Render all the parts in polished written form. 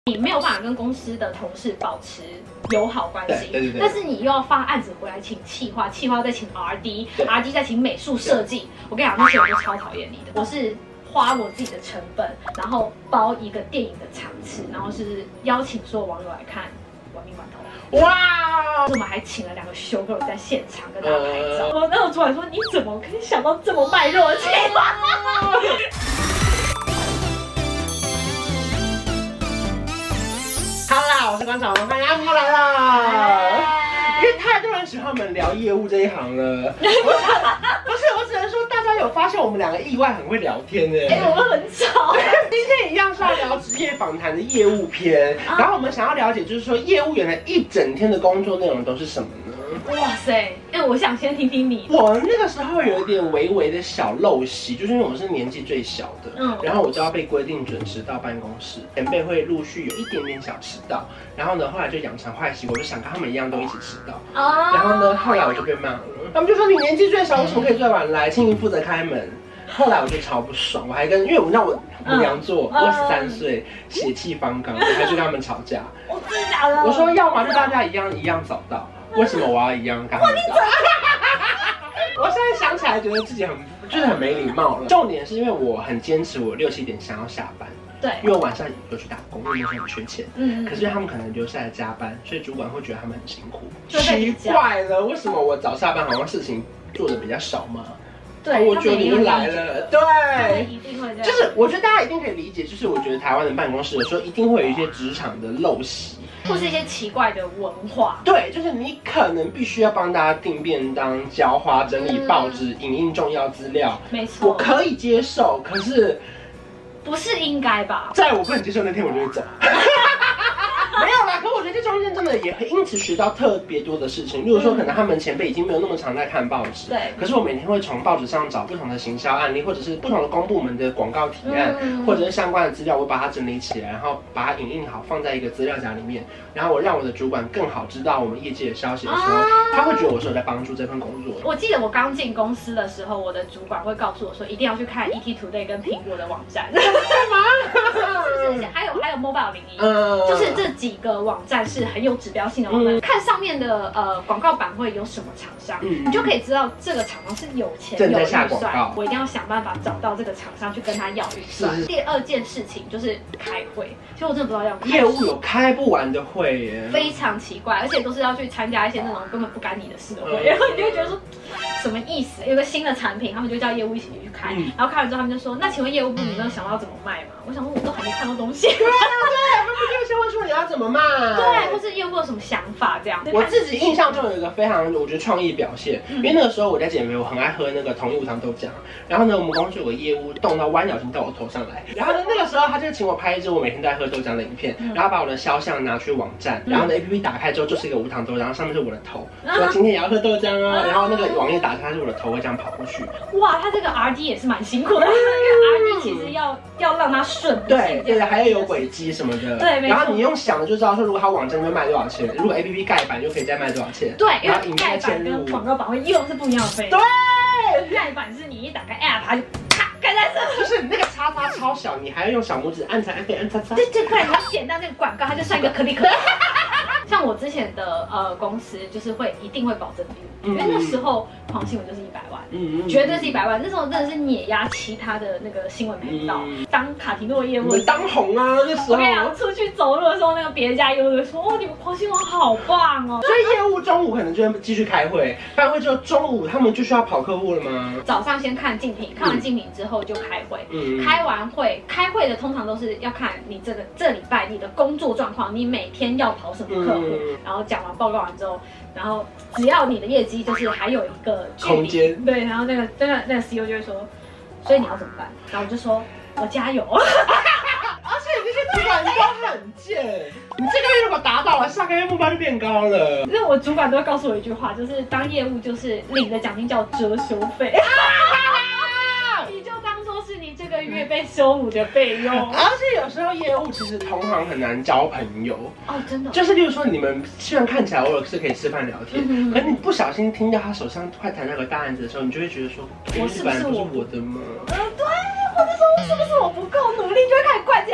你没有办法跟公司的同事保持友好关系， 对。 但是你又要发案子回来请企划，企划再请 RD 再请美术设计。我跟你讲，那些我就超讨厌你的。我是花我自己的成本，然后包一个电影的场次，然后是邀请所有网友来看《玩命关头》。哇！我们还请了2个修 girl 在现场跟大家拍照。我那个主管说：“你怎么可以想到这么卖肉的计划？” 好啦，我是馆长，欢迎阿木来啦！因为太多人喜欢我们聊业务这一行了。不是，我只能说大家有发现我们2个意外很会聊天呢。 我们很吵。 今天一样是要聊职业访谈的业务篇，然后我们想要了解，就是说业务员的一整天的工作内容都是什么呢？ 哇塞！我想先听听你。 我那个时候有一点微微的小陋习，就是因为我是年纪最小的，然后我就要被规定准时到办公室，前辈会陆续有一点点小迟到，然后呢，后来就养成坏习惯，我就想跟他们一样都一起迟到，然后呢，后来我就被骂了，他们就说你年纪最小，为什么可以最晚来？请你负责开门。后来我就超不爽，我还跟，因为我知道我母羊座，23岁，血气方刚，我还去跟他们吵架。 真的假的？ 我说要么就大家一样早到，为什么我要一样跟他们早？我现在想起来觉得自己很没礼貌了。重点是因为我很坚持，我6、7点想要下班。 对， 因为我晚上有去打工，因为那时候很缺钱。可是他们可能留下来加班，所以主管会觉得他们很辛苦。奇怪了，为什么我早下班好像事情做的比较少吗？ 对， 我觉得你就来了，对， 一定会这样。 就是我觉得大家一定可以理解，就是我觉得台湾的办公室有时候一定会有一些职场的陋习， 或是一些奇怪的文化。 对，就是你可能必须要帮大家订便当、浇花、整理报纸、影印重要资料。 没错， 我可以接受，可是不是应该吧？ 在我不能接受那天，我就会走。没有啦，可我觉得这中间真的也会因此学到特别多的事情。例如说，可能他们前辈已经没有那么常在看报纸， 对。 可是我每天会从报纸上找不同的行销案例，或者是不同的公部门的广告提案，或者是相关的资料，我把它整理起来，然后把它影印好，放在一个资料夹里面。然后我让我的主管更好知道我们业界的消息的时候，他会觉得我是有在帮助这份工作。 我记得我刚进公司的时候，我的主管会告诉我说，一定要去看 ETtoday 跟苹果的网站。干嘛？是还有 Mobile 01，就是这几个网站是很有指标性的网站。看上面的广告版会有什么厂商，你就可以知道这个厂商是有钱有预算。我一定要想办法找到这个厂商去跟他要预算。第2件事情就是开会，其实我真的不知道要开业务有开不完的会耶， 非常奇怪，而且都是要去参加一些那种根本不干你的事的会，然后你就会觉得说什么意思？有个新的产品，他们就叫业务一起去开，然后开完之后他们就说，那请问业务部你没有想到怎么卖吗？我想说我都还没看到东西。对， 他们就先问说你要怎么卖， 对，或是业务有什么想法这样。 我自己印象中有一个非常我觉得创意表现，因为那个时候我在减肥，我很爱喝那个统一无糖豆浆，然后呢我们公司有个业务动到弯腰筋到我头上来，然后呢那个时候他就请我拍一支我每天都在喝豆浆的影片，然后把我的肖像拿去网站，然后呢 APP 打开之后就是一个无糖豆浆，上面是我的头，说今天也要喝豆浆啊，然后那个网页打开是我的头会这样跑过去。 哇，他这个 RD 也是蛮辛苦的，因为 RD 其实要让它顺， 对，还要有轨迹什么的，对，然后你用想的就知道说如果他网站那边卖多少钱，如果 APP 盖版又可以再卖多少钱， 对，因为盖版跟广告版会又是不一样的费用。对，盖版是你一打开 App 它就咔盖在这， 就是那个叉叉超小，你还要用小拇指按才可以按叉叉。 对，不然你要点到那个广告，它就算一个click。像我之前的公司就是一定会保证率，因为那时候黄新闻就是100万，绝对是100万。那时候真的是碾压其他的那个新闻频道，当卡提诺业务， 当红啊那时候。 我跟你讲，出去走路的时候，那个别家业务就说：“哦，你们黄新闻好棒哦。” 所以业务中午可能就会继续开会，开完会之后中午他们就需要跑客户了吗？ 早上先看竞品，看完竞品之后就开会，开完会开会的通常都是要看你这礼拜你的工作状况，你每天要跑什么客户，然后讲完报告完之后，然后只要你的业绩就是还有一个空间， 对，然后那个 CEO 就会说，所以你要怎么办？然后我就说我加油。 而且这些主管都很贱，你这个月如果达到了，下个月目标就变高了。 因为我主管都会告诉我一句话，就是当业务就是领的奖金叫遮羞费。你就当做是你这个月被羞辱的费用。 而且有时候业务其实同行很难交朋友哦，真的。就是例如说你们虽然看起来偶尔是可以吃饭聊天，可是你不小心听到他手上快谈那个大案子的时候，你就会觉得说， 我是不是我的吗？ 对，或者说是不是我不够努力，就会开始怪这家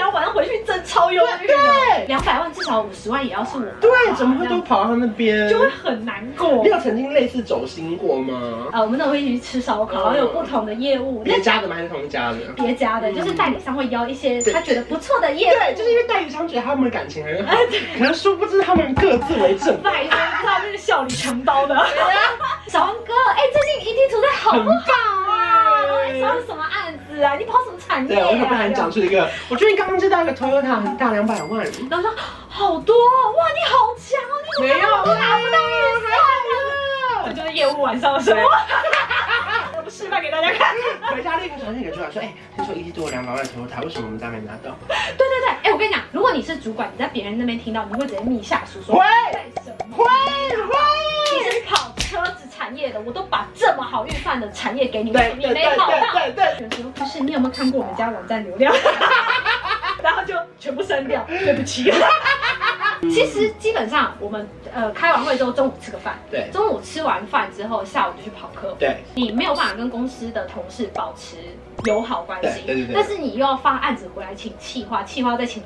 然后晚上回去真超忧郁的。对，200万至少50万也要是我。 对，怎么会都跑到他那边？ 就会很难过。 你有曾经类似走心过吗？ 我们那会一起去吃烧烤，然后有不同的业务。 别家的吗？还是同一家的？ 别家的，就是代理商会邀一些他觉得不错的业务。 对，就是因为代理商觉得他们的感情很好，可能殊不知他们各自为政。 拜托，知道这是笑里藏刀的。小王哥，最近ETtoday好不好啊？你跑什么案子啊？你跑什么产业？ 对，我不然讲出一个，我最近刚刚接到一个 Toyota 很大200万， 然后说好多哇，你好强，你怎么都拿不到预算？这就是业务晚上的生活。我示范给大家看。 回家立刻传讯给主管说，听说ETtoday200万 Toyota，为什么我们家没拿到？ 对，我跟你讲，如果你是主管，你在别人那边听到，你会直接密下属说， 会什么？会。你是跑车子产业的，我都把这么好预算的产业给你，你没跑到。对，不是，你有没有看过我们家网站流量？然后就全部删掉，对不起。其实基本上我们开完会之后中午吃个饭， 对， 中午吃完饭之后下午就去跑课， 对， 你没有办法跟公司的同事保持友好关系， 对， 但是你又要发案子回来请企划再请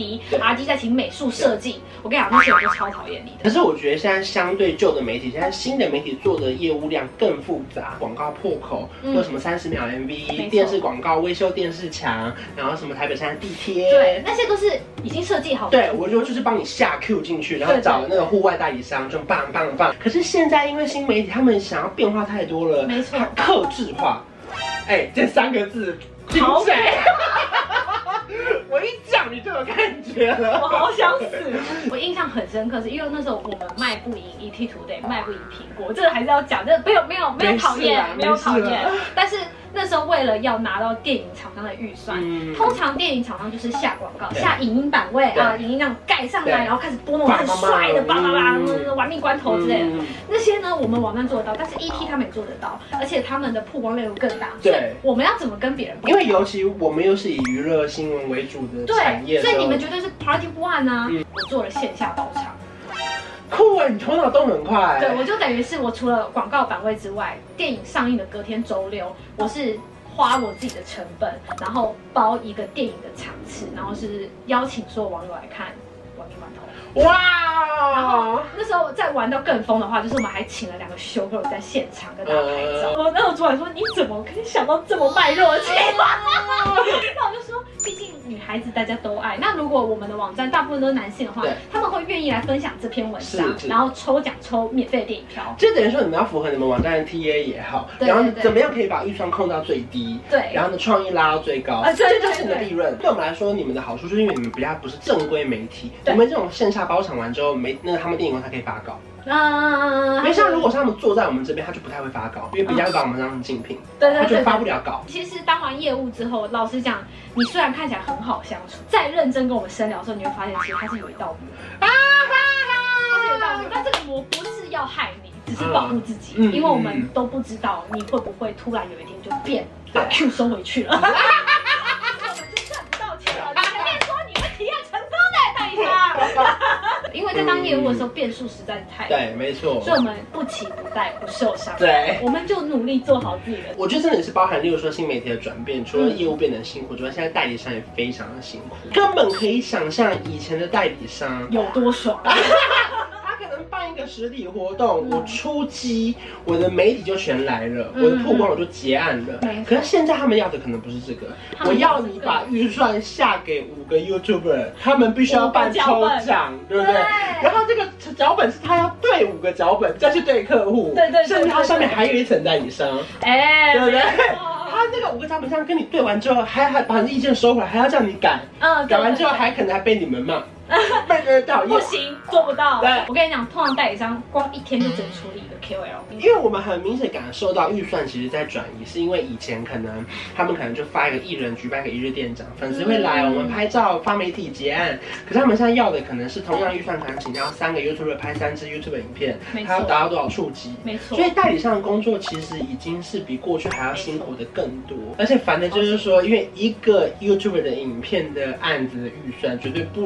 RD 再请美术设计，我跟你讲那些我就超讨厌你的。 可是我觉得现在相对旧的媒体，现在新的媒体做的业务量更复杂，广告破口，有什么30秒 MV、电视广告、微修电视墙，然后什么台北山地贴， 对，那些都是已经设计好的。 对，我就是帮你下 Q 进去，然后找那个户外代理商，就棒。可是现在因为新媒体他们想要变化太多了， 没错， 客制化，这3个字，好美。我一讲你就有感觉了， 我好想死。我印象很深刻，是因为那时候我们卖不赢ETtoday，卖不赢苹果，这个还是要讲，这没有讨厌，没有讨厌。但是那时候为了要拿到电影厂商的预算，通常电影厂商就是下广告，下影音版位啊，影音这样盖上来，然后开始播那种很帅的玩命关头之类的。那些呢，我们网站做得到，但是ET他们也做得到，而且他们的曝光量又更大。对，我们要怎么跟别人？ 因为尤其我们又是以娱乐新闻为主的产业， 所以你们绝对是 Party One 啊！我做了线下包场。 酷你头脑动很快。 对，我就等于是我除了广告版位之外，电影上映的隔天周六，我是花我自己的成本，然后包一个电影的场次，然后是邀请所有网友来看《玩命关头》。哇！然后那时候再玩到更疯的话，就是我们还请了2个修 girl 在现场跟大家拍照。我那个主管说：“你怎么可以想到这么卖肉的计划？”那我就说：“毕竟女孩子大家都爱。那如果我们的网站大部分都是男性的话，他们会愿意来分享这篇文章，然后抽奖抽免费的电影票。就等于说你们要符合你们网站的 TA 也好，然后怎么样可以把预算控到最低，对，然后呢创意拉到最高，这就是你的利润。对我们来说，你们的好处就是因为你们比较不是正规媒体，你们这种线下包场完之后，他们电影公司才可以发稿。因为像如果是他们坐在我们这边，他就不太会发稿，因为比较会把我们当成竞品，他就发不了稿。 其实当完业务之后，老实讲，你虽然看起来很好相处，再认真跟我们深聊的时候，你会发现其实他是有一道膜，他是有一道膜，但这个膜不是要害你，只是保护自己，因为我们都不知道你会不会突然有一天就把 Q 收回去了。我们就算不道歉了，前面说你们提案成功的，大医生。因为在当业务的时候，变数实在是太多， 对，没错， 所以我们不期不待，不受伤， 对， 我们就努力做好自己的。 我觉得真的是包含，例如说新媒体的转变，除了业务变得辛苦之外，现在代理商也非常的辛苦，根本可以想象以前的代理商有多爽。 办一个实体活动，我出击，我的媒体就全来了，我的曝光我就结案了。可是现在他们要的可能不是这个，我要你把预算下给5个 YouTuber， 他们必须要办抽奖，对不对？然后这个脚本是他要对5个脚本，再去对客户，对，甚至他上面还有一层代理商，对不对？他那个5个脚本上跟你对完之后，还把意见收回来，还要叫你改，改完之后还可能还被你们骂。被人讨厌， 不行，做不到。对，我跟你讲，通常代理商光1天就只处理一个 KOL， 因为我们很明显感受到预算其实在转移，是因为以前他们可能就发一个艺人举办个一日店长，粉丝会来，我们拍照发媒体结案。可是他们现在要的可能是同样预算，可能请到3个 YouTuber 拍3支 YouTube 影片，他要达到多少触及？没错。所以代理商的工作其实已经是比过去还要辛苦的更多，而且烦的就是说，因为一个 YouTuber 的影片的案子的预算绝对不如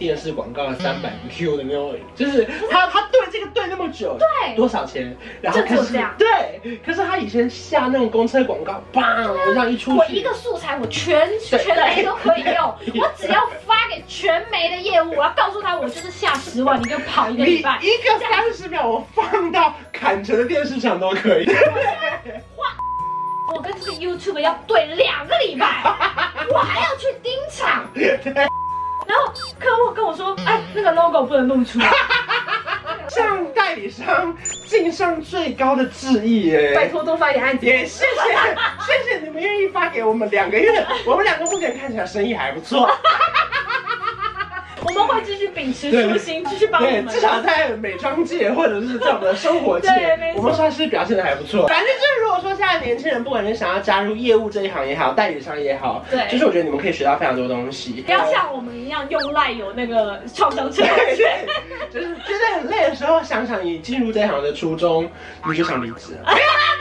电视广告的300Q 的那种，就是他对这个对那么久， 对， 多少钱？然后就这样， 对，可是他以前下那种公车广告，砰，这样一出去， 我一个素材我全媒都可以用，我只要发给全媒的业务，我要告诉他我就是下10万，你就跑1个礼拜， 一个30秒我放到坎城的电视场都可以。 我跟这个 YouTube 要对2个礼拜，我还要去盯场。然后客户跟我说，哎，那个 logo 不能露出。 向代理商敬上最高的致意耶！ 拜托多发一点案子。 也谢谢你们愿意发给我们2个月，我们2个目前看起来生意还不错。 我们会继续秉持初心，继续帮你们。 至少在美妆界或者是在我们的生活界，我们算是表现的还不错。反正就是，如果说现在年轻人不管是想要加入业务这一行也好，代理商也好，对，就是我觉得你们可以学到非常多东西。 不要像我们一样用赖有那个创伤症。 对，就是觉得很累的时候，想想你进入这一行的初衷，你就想离职了。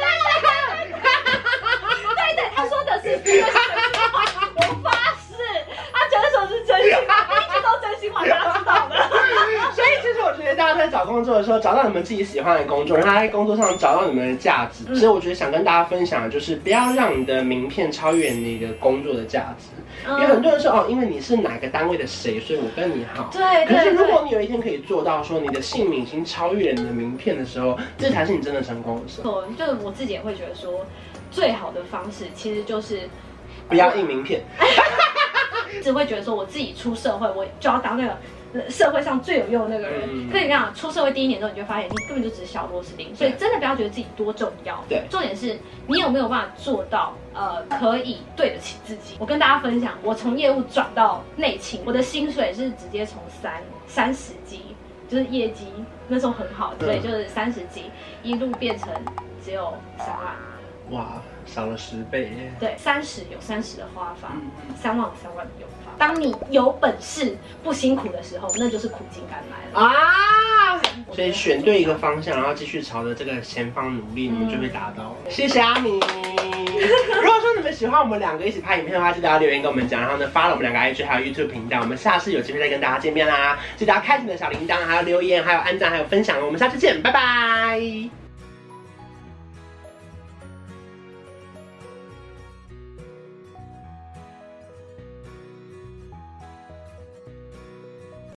对，他说的是真心话，我发誓，他绝对说是真心话，一直都真心话，大家知道的。 所以其实我觉得大家在找工作的时候，找到你们自己喜欢的工作，让他在工作上找到你们的价值。所以我觉得想跟大家分享的就是，不要让你的名片超越你的工作的价值。因为很多人说哦，因为你是哪个单位的谁，所以我跟你好。 对。 可是如果你有一天可以做到说你的姓名已经超越了你的名片的时候，这才是你真的成功的时候。 就是我自己也会觉得说，最好的方式其实就是不要印名片。 只会觉得说我自己出社会，我就要当那个社会上最有用的那个人。可是你看，出社会第1年之后，你就发现你根本就只是小螺丝钉，所以真的不要觉得自己多重要。对，重点是你有没有办法做到可以对得起自己。我跟大家分享，我从业务转到内勤，我的薪水是直接从30几，就是业绩那时候很好，所以就是30几，一路变成只有3万。 哇，少了10倍耶！ 对，30有30的花法，3万有3万的用法。当你有本事不辛苦的时候，那就是苦尽甘来了啊！ 所以选对一个方向，然后继续朝着这个前方努力，你们就会达到。谢谢阿明。如果说你们喜欢我们2个一起拍影片的话，记得要留言跟我们讲，然后呢发了我们2个 IG 还有 YouTube 频道，我们下次有机会再跟大家见面啦！记得要开启你的小铃铛，还有留言，还有按赞，还有分享，我们下次见，拜拜。